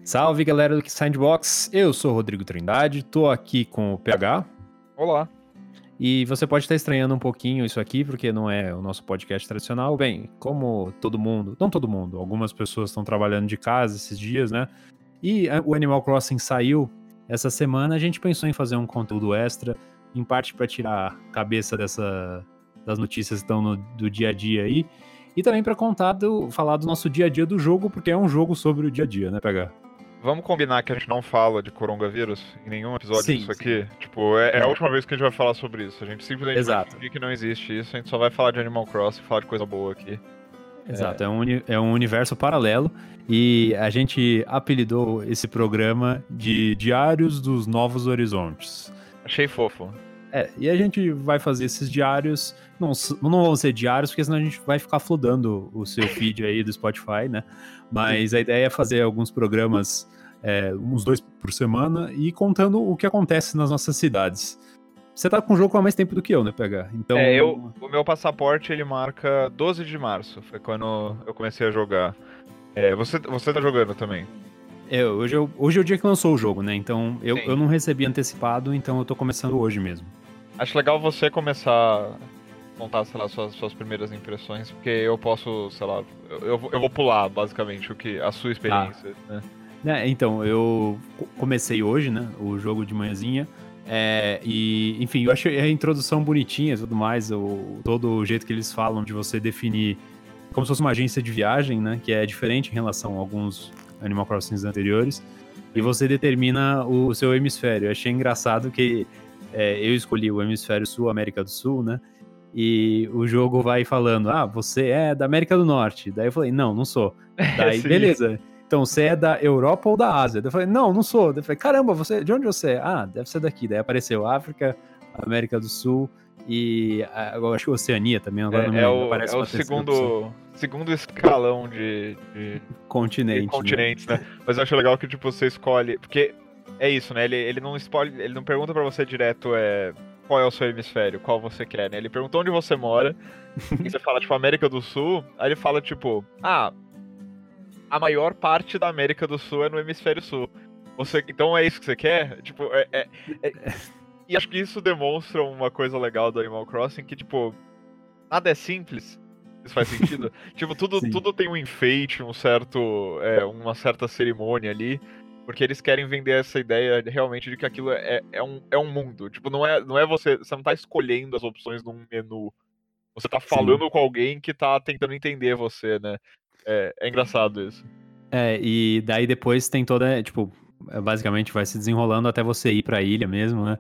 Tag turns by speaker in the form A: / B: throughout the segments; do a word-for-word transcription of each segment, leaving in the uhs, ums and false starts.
A: Salve, galera do Sandbox, eu sou o Rodrigo Trindade, tô aqui com o P H.
B: Olá.
A: E você pode estar estranhando um pouquinho isso aqui, porque não é o nosso podcast tradicional. Bem, como todo mundo, não todo mundo, algumas pessoas estão trabalhando de casa esses dias, né? E o Animal Crossing saiu essa semana, a gente pensou em fazer um conteúdo extra, em parte para tirar a cabeça dessa, das notícias que estão no, do dia a dia aí, e também para contar, do, falar do nosso dia a dia do jogo, porque é um jogo sobre o dia a dia, né, P H?
B: Vamos combinar que a gente não fala de coronavírus em nenhum episódio
A: Sim,
B: disso
A: sim.
B: aqui? Tipo, é, é
A: É.
B: a última vez que a gente vai falar sobre isso. A gente simplesmente
A: Exato.
B: vai fingir que não existe isso, a gente só vai falar de Animal Crossing, falar de coisa boa aqui.
A: Exato, é, é, um, é um universo paralelo e a gente apelidou esse programa de Diários dos Novos Horizontes.
B: Achei fofo.
A: É, e a gente vai fazer esses diários, não, não vão ser diários, porque senão a gente vai ficar flodando o seu feed aí do Spotify, né? Mas a ideia é fazer alguns programas, é, uns dois por semana, e contando o que acontece nas nossas cidades. Você tá com o jogo há mais tempo do que eu, né, P H? Então...
B: É, eu, o meu passaporte, ele marca doze de março, foi quando eu comecei a jogar. É, você, você tá jogando também?
A: É, hoje, eu, hoje é o dia que lançou o jogo, né? Então eu, eu não recebi antecipado, então eu tô começando hoje mesmo.
B: Acho legal você começar a contar, sei lá, suas, suas primeiras impressões, porque eu posso, sei lá, eu, eu vou pular, basicamente, o que, a sua experiência,
A: ah.
B: né?
A: É, então, eu comecei hoje, né, o jogo de manhãzinha, é, e, enfim, eu achei a introdução bonitinha e tudo mais, o, todo o jeito que eles falam de você definir como se fosse uma agência de viagem, né, que é diferente em relação a alguns Animal Crossings anteriores, e você determina o seu hemisfério. Eu achei engraçado que é, eu escolhi o hemisfério sul, América do Sul, né, e o jogo vai falando, ah, você é da América do Norte. Daí eu falei, não, não sou. Daí, beleza. Então, você é da Europa ou da Ásia? Daí eu falei, não, não sou. Daí eu falei, caramba, você, de onde você é? Ah, deve ser daqui. Daí apareceu África, América do Sul e eu acho que Oceania também, agora
B: é,
A: não me
B: é
A: lembro.
B: o,
A: Aparece
B: é
A: uma
B: o segundo, segundo escalão de, de,
A: Continente,
B: de continentes, né? né? Mas eu acho legal que tipo, você escolhe. Porque é isso, né? Ele, ele não escolhe, ele não pergunta pra você direto é, qual é o seu hemisfério, qual você quer, né? Ele pergunta onde você mora. E você fala, tipo, América do Sul, aí ele fala, tipo, ah, a maior parte da América do Sul é no hemisfério sul. Você, então é isso que você quer? Tipo, é, é, é... E acho que isso demonstra uma coisa legal do Animal Crossing, que, tipo, nada é simples. Isso faz sentido? Tipo, tudo, tudo tem um enfeite, um certo, é, uma certa cerimônia ali, porque eles querem vender essa ideia realmente de que aquilo é, é, um, é um mundo. Tipo, não é, não é você, você não tá escolhendo as opções num menu. Você tá falando Sim. com alguém que tá tentando entender você, né? É, é engraçado isso.
A: É, e daí depois tem toda, tipo, basicamente vai se desenrolando até você ir pra ilha mesmo, né?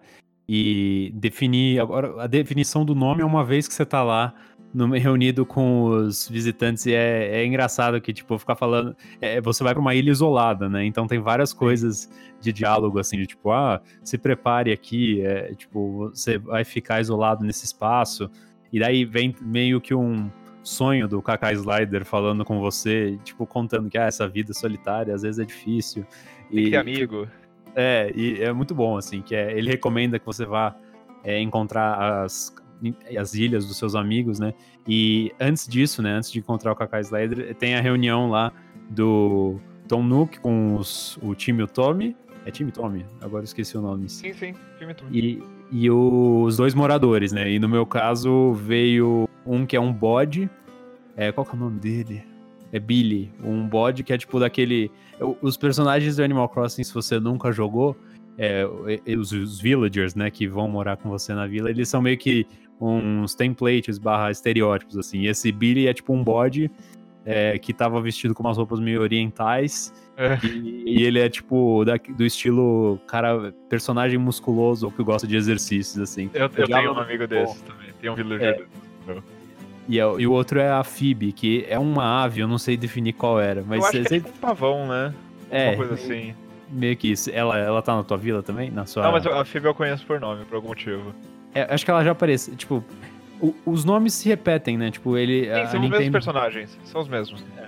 A: E definir, agora, a definição do nome é uma vez que você tá lá no, reunido com os visitantes e é, é engraçado que, tipo, ficar falando, é, você vai pra uma ilha isolada, né? Então tem várias coisas Sim. de diálogo, assim, de tipo, ah, se prepare aqui, é, tipo, você vai ficar isolado nesse espaço, e daí vem meio que um sonho do Kaká Slider falando com você, tipo, contando que ah, essa vida solitária às vezes é difícil.
B: Tem que ter amigo.
A: É, e é muito bom, assim, que é, ele recomenda que você vá é, encontrar as, as ilhas dos seus amigos, né? E antes disso, né, antes de encontrar o Kaká Slider, tem a reunião lá do Tom Nook com os, o time o Tommy. É time Tommy? Agora eu esqueci o nome.
B: Sim, sim, time Tommy.
A: E, e os dois moradores, né? E no meu caso veio um que é um bode. É, qual que é o nome dele? É Billy, um bode que é tipo daquele... Os personagens do Animal Crossing, se você nunca jogou, é, os, os villagers, né, que vão morar com você na vila, eles são meio que uns templates barra estereótipos, assim. E esse Billy é tipo um bode é, que tava vestido com umas roupas meio orientais, é. e, e ele é tipo da, do estilo, cara, personagem musculoso que gosta de exercícios, assim.
B: Eu, eu tenho um amigo desse também, tem um villager
A: é.
B: desse, meu.
A: E, é, e o outro é a Phoebe, que é uma ave, eu não sei definir qual era. Mas
B: eu acho
A: você...
B: que é tipo um pavão, né?
A: É,
B: uma coisa assim.
A: Meio que isso. Ela, ela tá na tua vila também? Na sua...
B: Não, mas a Phoebe eu conheço por nome, por algum motivo.
A: É, acho que ela já aparece. Tipo, o, os nomes se repetem, né? Tipo, ele...
B: Sim, são os mesmos personagens. São os mesmos.
A: É.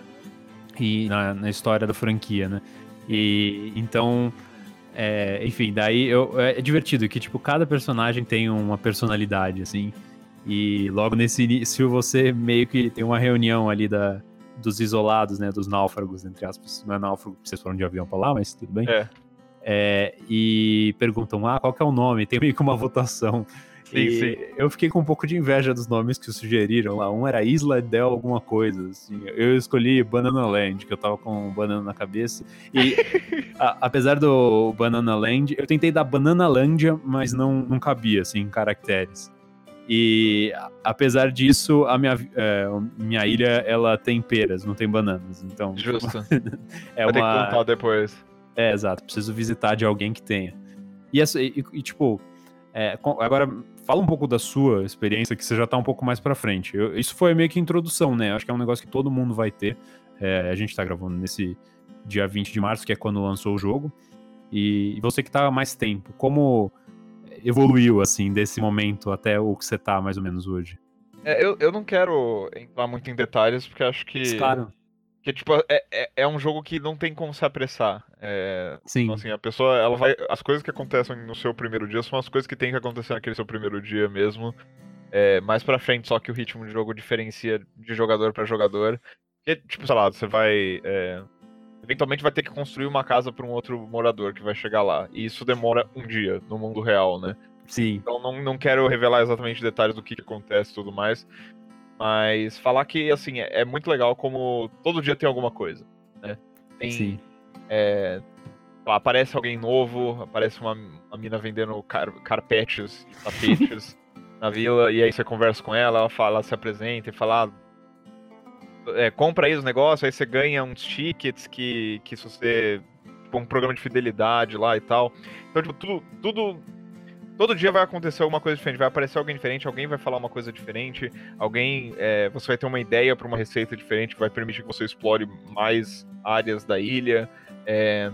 A: E na, na história da franquia, né? E então... É, enfim, daí eu, é divertido que, tipo, cada personagem tem uma personalidade, assim... E logo nesse início você meio que tem uma reunião ali da, dos isolados, né, dos náufragos, entre aspas. Não é náufrago porque vocês foram de avião pra lá, mas tudo bem.
B: É.
A: É, e perguntam, ah, qual que é o nome? Tem meio que uma votação.
B: Sim,
A: e
B: sim.
A: Eu fiquei com um pouco de inveja dos nomes que sugeriram lá. Um era Isla Del alguma coisa, assim. Eu escolhi Banana Land, que eu tava com banana na cabeça. E a, apesar do Banana Land, eu tentei dar Bananalândia, mas não, não cabia, assim, em caracteres. E apesar disso, a minha, é, minha ilha, ela tem peras, não tem bananas. Então,
B: Justo.
A: é
B: Vai ter que
A: uma...
B: contar depois.
A: É, exato. Preciso visitar de alguém que tenha. E, essa, e, e tipo, é, agora fala um pouco da sua experiência, que você já tá um pouco mais pra frente. Eu, isso foi meio que introdução, né? Acho que é um negócio que todo mundo vai ter. É, a gente tá gravando nesse dia vinte de março, que é quando lançou o jogo. E, e você que tá há mais tempo, como evoluiu, assim, desse momento até o que você tá, mais ou menos, hoje?
B: É, eu, eu não quero entrar muito em detalhes, porque acho que...
A: Claro.
B: Que, tipo, é, é, é um jogo que não tem como se apressar. É,
A: Sim.
B: Então, assim, a pessoa, ela vai... As coisas que acontecem no seu primeiro dia são as coisas que tem que acontecer naquele seu primeiro dia mesmo. É, mais pra frente, só que o ritmo de jogo diferencia de jogador pra jogador. Porque, tipo, sei lá, você vai... É, eventualmente vai ter que construir uma casa pra um outro morador que vai chegar lá. E isso demora um dia no mundo real, né?
A: Sim.
B: Então não, não quero revelar exatamente detalhes do que, que acontece e tudo mais. Mas falar que, assim, é, é muito legal como todo dia tem alguma coisa, né? Tem,
A: Sim.
B: É, aparece alguém novo, aparece uma, uma mina vendendo car carpetes e tapetes na vila, e aí você conversa com ela, ela, fala, ela se apresenta e fala... Ah, é, compra aí os negócios, aí você ganha uns tickets que, que se você... Tipo, um programa de fidelidade lá e tal. Então, tipo, tudo... tudo todo dia vai acontecer alguma coisa diferente, vai aparecer alguém diferente, alguém vai falar uma coisa diferente, alguém, é, você vai ter uma ideia para uma receita diferente que vai permitir que você explore mais áreas da ilha. É,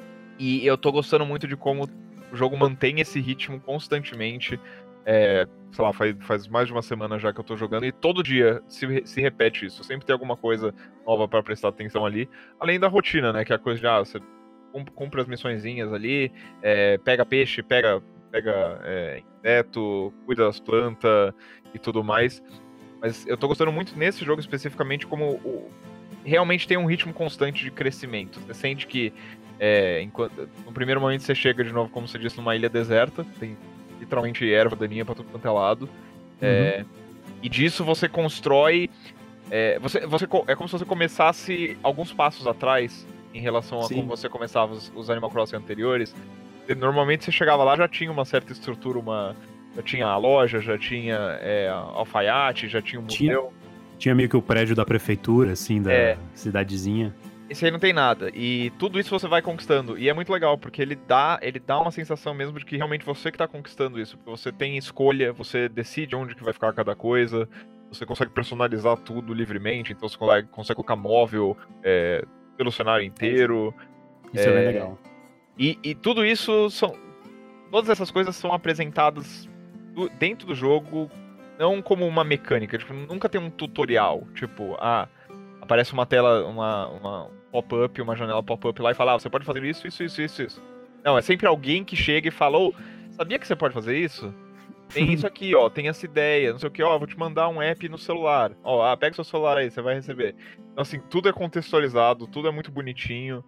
B: e eu tô gostando muito de como o jogo mantém esse ritmo constantemente. É, sei lá, faz, faz mais de uma semana já que eu tô jogando e todo dia se, se repete isso. Sempre tem alguma coisa nova para prestar atenção ali. Além da rotina, né? Que é a coisa de, ah, você cumpre as missõezinhas ali, é, pega peixe, pega... pega é, inseto, cuida das plantas e tudo mais. Mas eu tô gostando muito nesse jogo especificamente como o, realmente tem um ritmo constante de crescimento. Você sente que é, enquanto, no primeiro momento você chega de novo, como você disse, numa ilha deserta, tem literalmente erva daninha pra tudo quanto é lado. Uhum. É, e disso você constrói... É, você, você, é como se você começasse alguns passos atrás em relação a Sim. como você começava os, os Animal Crossing anteriores. Normalmente você chegava lá, já tinha uma certa estrutura, uma... já tinha a loja, já tinha é, alfaiate, já tinha um museu.
A: Tinha, tinha meio que o prédio da prefeitura, assim, da é. cidadezinha.
B: Esse aí não tem nada. E tudo isso você vai conquistando. E é muito legal, porque ele dá, ele dá uma sensação mesmo de que realmente você que tá conquistando isso. Porque você tem escolha, você decide onde que vai ficar cada coisa, você consegue personalizar tudo livremente, então você consegue, consegue colocar móvel é, pelo cenário inteiro.
A: Isso é, é bem legal.
B: E, e tudo isso são... Todas essas coisas são apresentadas do, dentro do jogo, não como uma mecânica. Tipo, nunca tem um tutorial. Tipo, ah, aparece uma tela, uma, uma pop-up, uma janela pop-up lá e fala, ah, você pode fazer isso, isso, isso, isso, isso. Não, é sempre alguém que chega e fala, oh, sabia que você pode fazer isso? Tem isso aqui, ó, tem essa ideia, não sei o que, ó, vou te mandar um app no celular. Ó, ah, pega seu celular aí, você vai receber. Então, assim, tudo é contextualizado, tudo é muito bonitinho.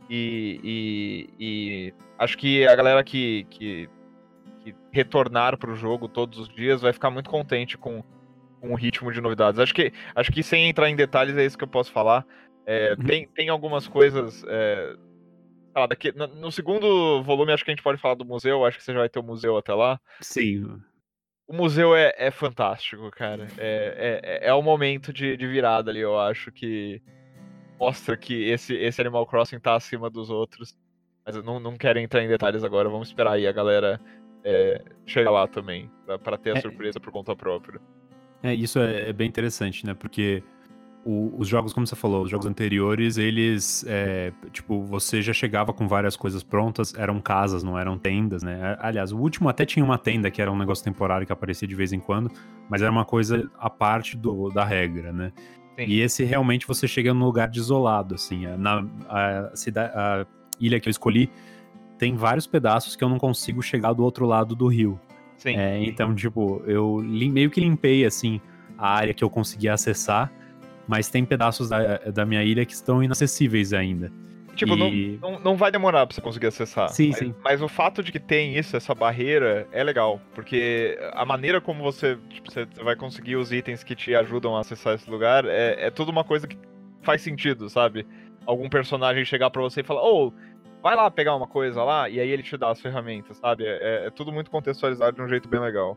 B: E, e, e acho que a galera que, que, que retornar pro jogo todos os dias vai ficar muito contente com, com o ritmo de novidades. Acho que, acho que sem entrar em detalhes é isso que eu posso falar. É, tem, tem algumas coisas... É, lá, daqui, no, no segundo volume acho que a gente pode falar do museu, acho que você já vai ter o museu até lá.
A: Sim.
B: O museu é, é fantástico, cara. É, é, é o momento de, de virada ali, eu acho que... mostra que esse, esse Animal Crossing tá acima dos outros. Mas eu não, não quero entrar em detalhes agora. Vamos esperar aí a galera é, chegar lá também. Pra, pra ter a é, surpresa por conta própria.
A: É, isso é, é bem interessante, né? Porque o, os jogos, como você falou, os jogos anteriores, eles... É, tipo, você já chegava com várias coisas prontas. Eram casas, não eram tendas, né? Aliás, o último até tinha uma tenda, que era um negócio temporário que aparecia de vez em quando. Mas era uma coisa à parte do, da regra, né? Sim. E esse realmente você chega num lugar desolado, assim. Na a, cidade, a ilha que eu escolhi tem vários pedaços que eu não consigo chegar do outro lado do rio.
B: Sim.
A: É, então, tipo, eu lim, meio que limpei, assim, a área que eu conseguia acessar mas tem pedaços da, da minha ilha que estão inacessíveis ainda.
B: Tipo,
A: e...
B: não, não, não vai demorar pra você conseguir acessar.
A: Sim,
B: mas,
A: sim.
B: Mas o fato de que tem isso, essa barreira, é legal. Porque a maneira como você, tipo, você vai conseguir os itens que te ajudam a acessar esse lugar é, é tudo uma coisa que faz sentido, sabe? Algum personagem chegar pra você e falar, ô, oh, vai lá pegar uma coisa lá, e aí ele te dá as ferramentas, sabe? É, é tudo muito contextualizado de um jeito bem legal.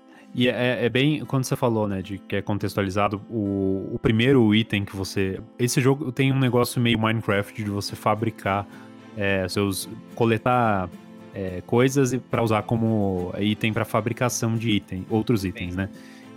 A: E é, é bem, quando você falou, né, de que é contextualizado, o, o primeiro item que você... Esse jogo tem um negócio meio Minecraft de você fabricar é, seus... coletar é, coisas para usar como item para fabricação de item, outros itens, Sim. né?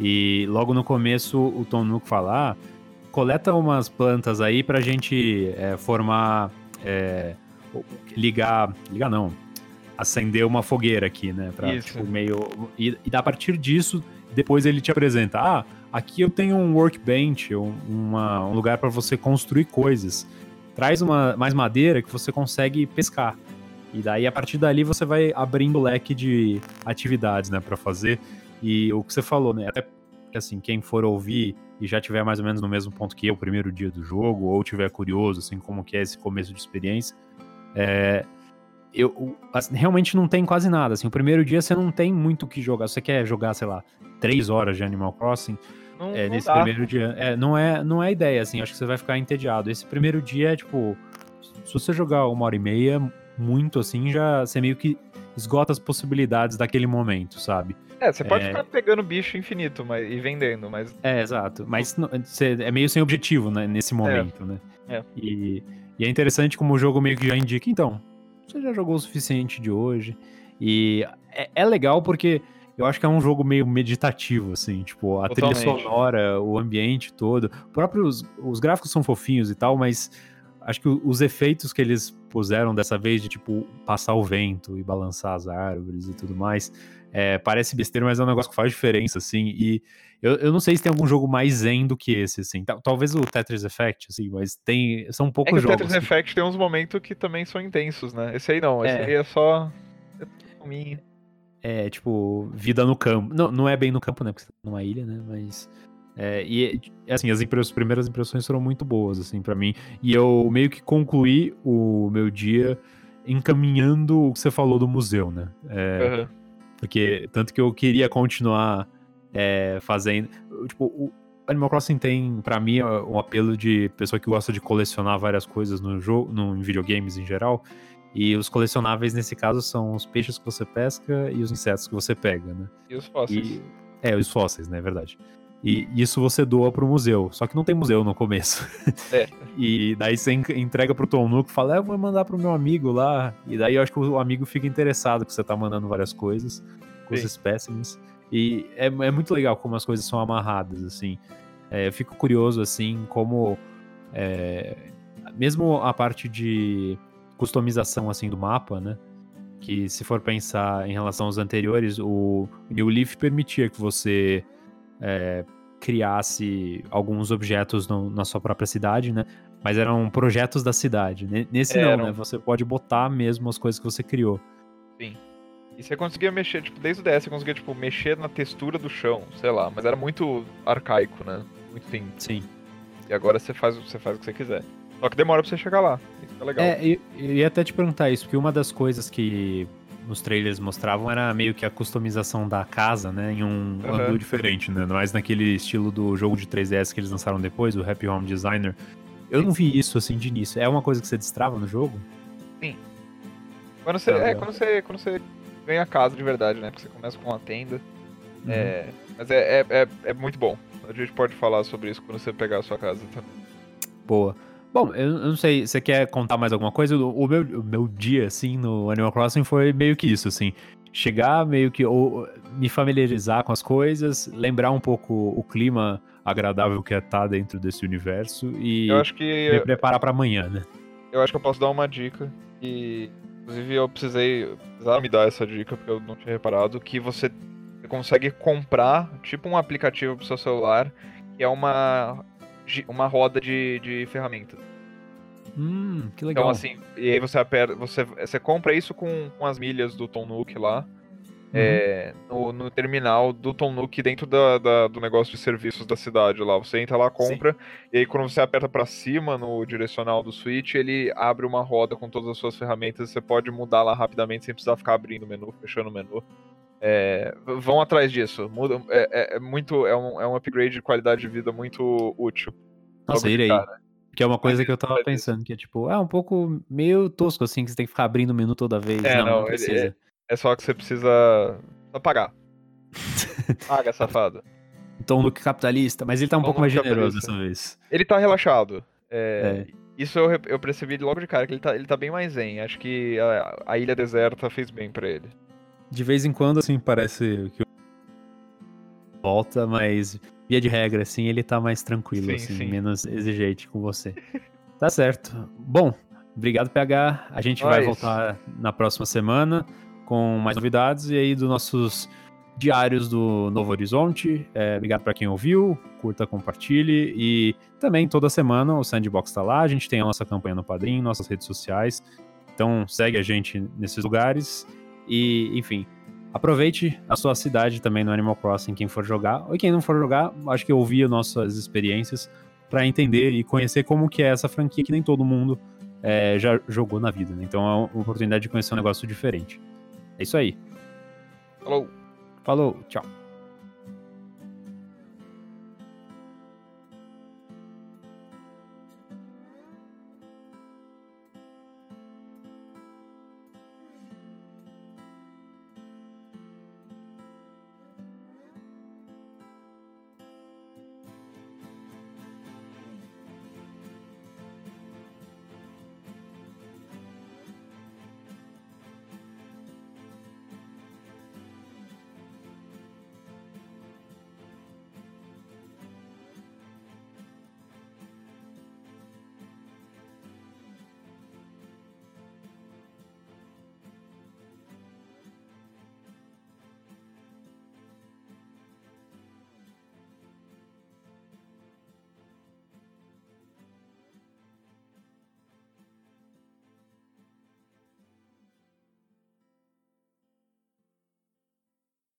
A: E logo no começo o Tom Nook fala, ah, coleta umas plantas aí pra gente é, formar... É, ligar... Ligar não... acender uma fogueira aqui, né? Pra,
B: Isso.
A: Tipo, meio... E, e a partir disso, depois ele te apresenta, ah, aqui eu tenho um workbench, um, uma, um lugar para você construir coisas. Traz uma, mais madeira que você consegue pescar. E daí, a partir dali, você vai abrindo o leque de atividades, né, pra fazer. E o que você falou, né, até que, assim, quem for ouvir e já tiver mais ou menos no mesmo ponto que eu, o primeiro dia do jogo, ou tiver curioso, assim, como que é esse começo de experiência, é... Eu, assim, realmente não tem quase nada, assim, o primeiro dia você não tem muito o que jogar, você quer jogar, sei lá, três horas de Animal Crossing,
B: não,
A: é,
B: não
A: nesse
B: dá.
A: primeiro dia, é, não, é, não é ideia, assim, acho que você vai ficar entediado. Esse primeiro dia é, tipo, se você jogar uma hora e meia, muito, assim, já, você meio que esgota as possibilidades daquele momento, sabe?
B: É, você pode
A: é...
B: ficar pegando bicho infinito mas, e vendendo, mas...
A: É, exato, mas não, você, é meio sem objetivo, né, nesse momento,
B: é.
A: né?
B: É.
A: E, e é interessante como o jogo meio que já indica, então... Você já jogou o suficiente de hoje. E é, é legal porque eu acho que é um jogo meio meditativo, assim. Tipo, a
B: Totalmente.
A: trilha sonora, o ambiente todo. Próprios, os gráficos são fofinhos e tal, mas acho que os efeitos que eles puseram dessa vez de, tipo, passar o vento e balançar as árvores e tudo mais, é, parece besteira, mas é um negócio que faz diferença, assim. E eu, eu não sei se tem algum jogo mais zen do que esse, assim. Talvez o Tetris Effect, assim, mas tem, são poucos
B: é que
A: jogos.
B: O Tetris
A: assim.
B: Effect tem uns momentos que também são intensos, né? Esse aí não, esse
A: É.
B: aí é só... É minha.
A: É, tipo, vida no campo. Não, não é bem no campo, né? Porque você tá numa ilha, né? Mas... É, e, assim, as, impress... as primeiras impressões foram muito boas, assim, pra mim. E eu meio que concluí o meu dia encaminhando o que você falou do museu, né? É,
B: Uhum.
A: Porque, tanto que eu queria continuar é, fazendo... Tipo, o Animal Crossing tem, pra mim, um apelo de pessoa que gosta de colecionar várias coisas no jogo, no, em videogames em geral. E os colecionáveis, nesse caso, são os peixes que você pesca e os insetos que você pega, né?
B: E os fósseis.
A: E, é, os fósseis, né? É verdade. E isso você doa pro museu. Só que não tem museu no começo.
B: É.
A: E daí você entrega pro Tom Nook e fala, é, eu vou mandar pro meu amigo lá. E daí eu acho que o amigo fica interessado que você tá mandando várias coisas com Sim. os espécimes. E é, é muito legal como as coisas são amarradas, assim. É, eu fico curioso, assim, como... É, mesmo a parte de customização, assim, do mapa, né? Que se for pensar em relação aos anteriores, o New Leaf permitia que você é, criasse alguns objetos no, na sua própria cidade, né? Mas eram projetos da cidade. Nesse não, né? Você pode botar mesmo as coisas que você criou.
B: Sim. E você conseguia mexer, tipo, desde o D S você conseguia, tipo, mexer na textura do chão, sei lá, mas era muito arcaico, né? Muito fim.
A: Sim.
B: E agora você faz, você faz o que você quiser. Só que demora pra você chegar lá. Isso é legal.
A: É, eu, eu ia até te perguntar isso, porque uma das coisas que nos trailers mostravam era meio que a customização da casa, né? Em um uhum. ângulo diferente, né? Mais naquele estilo do jogo de três D S que eles lançaram depois, o Happy Home Designer. Eu Sim. não vi isso, assim, de início. É uma coisa que você destrava no jogo?
B: Sim. Quando você, ah, é, quando você, quando você ganha a casa de verdade, né? Porque você começa com uma tenda. Uhum. É, mas é, é, é, é muito bom. A gente pode falar sobre isso quando você pegar a sua casa também.
A: Boa. Bom, eu não sei, você quer contar mais alguma coisa? O meu, o meu dia, assim, no Animal Crossing foi meio que isso, assim. Chegar, meio que, ou me familiarizar com as coisas, lembrar um pouco o clima agradável que é estar dentro desse universo e
B: eu acho que,
A: me preparar pra amanhã, né?
B: Eu acho que eu posso dar uma dica e, inclusive, eu precisei, precisaram me dar essa dica porque eu não tinha reparado, que você consegue comprar, tipo um aplicativo pro seu celular, que é uma... uma roda de, de ferramentas.
A: Hum, que legal.
B: Então, assim, e aí você aperta, você, você compra isso com, com as milhas do Tom Nook lá, é, no, no terminal do Tom Nook dentro da, da- do negócio de serviços da cidade lá. Você entra lá, compra, e aí quando você aperta pra cima no direcional do Switch, ele abre uma roda com todas as suas ferramentas. Você pode mudar lá rapidamente sem precisar ficar abrindo o menu, fechando o menu. É, v- vão atrás disso. Muda, é, é- é muito, é um, é um upgrade de qualidade de vida muito útil.
A: Nossa,
B: Logo de
A: irei.
B: cara.
A: Que é uma
B: Faz
A: coisa que eu
B: isso,
A: tava
B: faz isso.
A: pensando, que é tipo, é um pouco meio tosco, assim, que você tem que ficar abrindo o menu toda vez.
B: É,
A: Não, não
B: não, ele é,
A: precisa.
B: é só que você precisa, precisa pagar. Paga, safado.
A: Tom Nook capitalista, mas ele tá um
B: Tom
A: pouco mais
B: Nook
A: generoso
B: capitalista.
A: dessa vez.
B: Ele tá relaxado. É,
A: É.
B: isso eu, re- eu percebi logo de cara, que ele tá, ele tá bem mais zen. Acho que a, a ilha deserta fez bem pra ele.
A: De vez em quando, assim, parece que volta, mas via de regra, assim, ele tá mais tranquilo,
B: Sim,
A: assim,
B: sim.
A: menos exigente com você. Tá certo. Bom, obrigado, P H. A gente vai
B: Nós.
A: voltar na próxima semana com mais novidades e aí dos nossos diários do Novo Horizonte. É, obrigado para quem ouviu, curta, compartilhe e também toda semana o Sandbox tá lá. A gente tem a nossa campanha no Padrim, nossas redes sociais. Então segue a gente nesses lugares e, enfim, aproveite a sua cidade também no Animal Crossing, quem for jogar. Ou quem não for jogar, acho que ouvir as nossas experiências para entender e conhecer como que é essa franquia que nem todo mundo é, já jogou na vida, né? Então é uma oportunidade de conhecer um negócio diferente. É isso aí.
B: Falou.
A: Falou, tchau.